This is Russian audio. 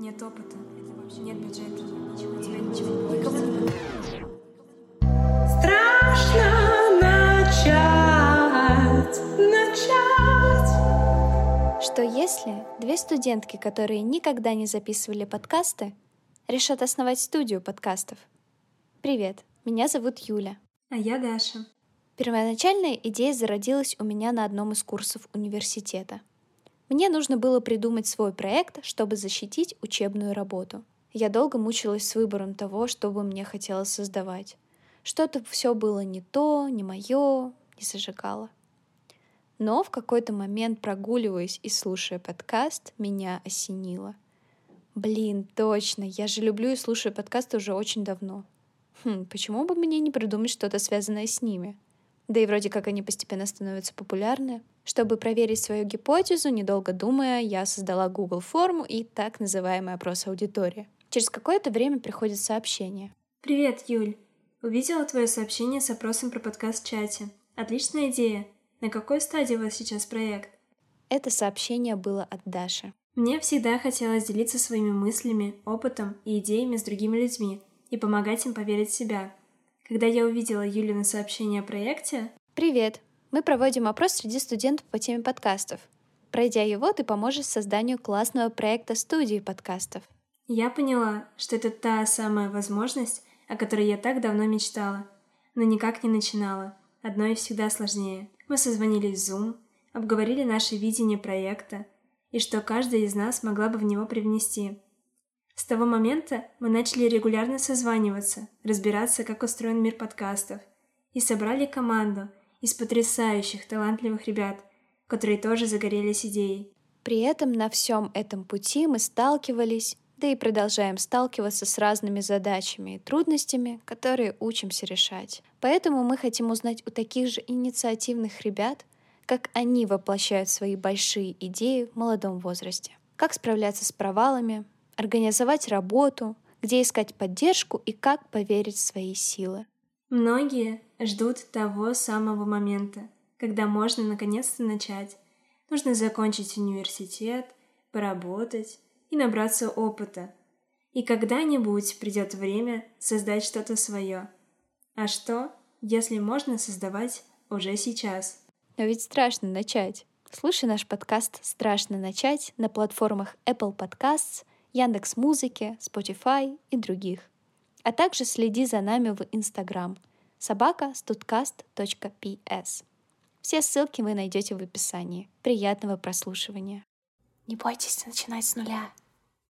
Нет опыта, нет бюджета, у тебя ничего не получится. Страшно начать. Что если две студентки, которые никогда не записывали подкасты, решат основать студию подкастов? Привет, меня зовут Юля. А я Даша. Первоначальная идея зародилась у меня на одном из курсов университета. Мне нужно было придумать свой проект, чтобы защитить учебную работу. Я долго мучилась с выбором того, что бы мне хотелось создавать. Что-то все было не то, не мое, не зажигало. Но в какой-то момент, прогуливаясь и слушая подкаст, меня осенило. Блин, точно, я же люблю и слушаю подкасты уже очень давно. Почему бы мне не придумать что-то связанное с ними? Да и вроде как они постепенно становятся популярны. Чтобы проверить свою гипотезу, недолго думая, я создала Google форму и так называемый опрос аудитории. Через какое-то время приходит сообщение. Привет, Юль. Увидела твое сообщение с опросом про подкаст в чате. Отличная идея. На какой стадии у вас сейчас проект? Это сообщение было от Даши. Мне всегда хотелось делиться своими мыслями, опытом и идеями с другими людьми и помогать им поверить в себя. Когда я увидела Юлину сообщение о проекте... Привет! Мы проводим опрос среди студентов по теме подкастов. Пройдя его, ты поможешь созданию классного проекта студии подкастов. Я поняла, что это та самая возможность, о которой я так давно мечтала, но никак не начинала. Одно и всегда сложнее. Мы созвонились в Zoom, обговорили наше видение проекта и что каждая из нас могла бы в него привнести. С того момента мы начали регулярно созваниваться, разбираться, как устроен мир подкастов, и собрали команду из потрясающих, талантливых ребят, которые тоже загорелись идеей. При этом на всем этом пути мы сталкивались, да и продолжаем сталкиваться с разными задачами и трудностями, которые учимся решать. Поэтому мы хотим узнать у таких же инициативных ребят, как они воплощают свои большие идеи в молодом возрасте. Как справляться с провалами, организовать работу, где искать поддержку и как поверить в свои силы. Многие ждут того самого момента, когда можно наконец-то начать. Нужно закончить университет, поработать и набраться опыта. И когда-нибудь придет время создать что-то свое. А что, если можно создавать уже сейчас? Но ведь страшно начать. Слушай наш подкаст «Страшно начать» на платформах Apple Podcasts, Яндекс.Музыки, Spotify и других. А также следи за нами в Instagram studcast.ps. Все ссылки вы найдете в описании. Приятного прослушивания. Не бойтесь начинать с нуля.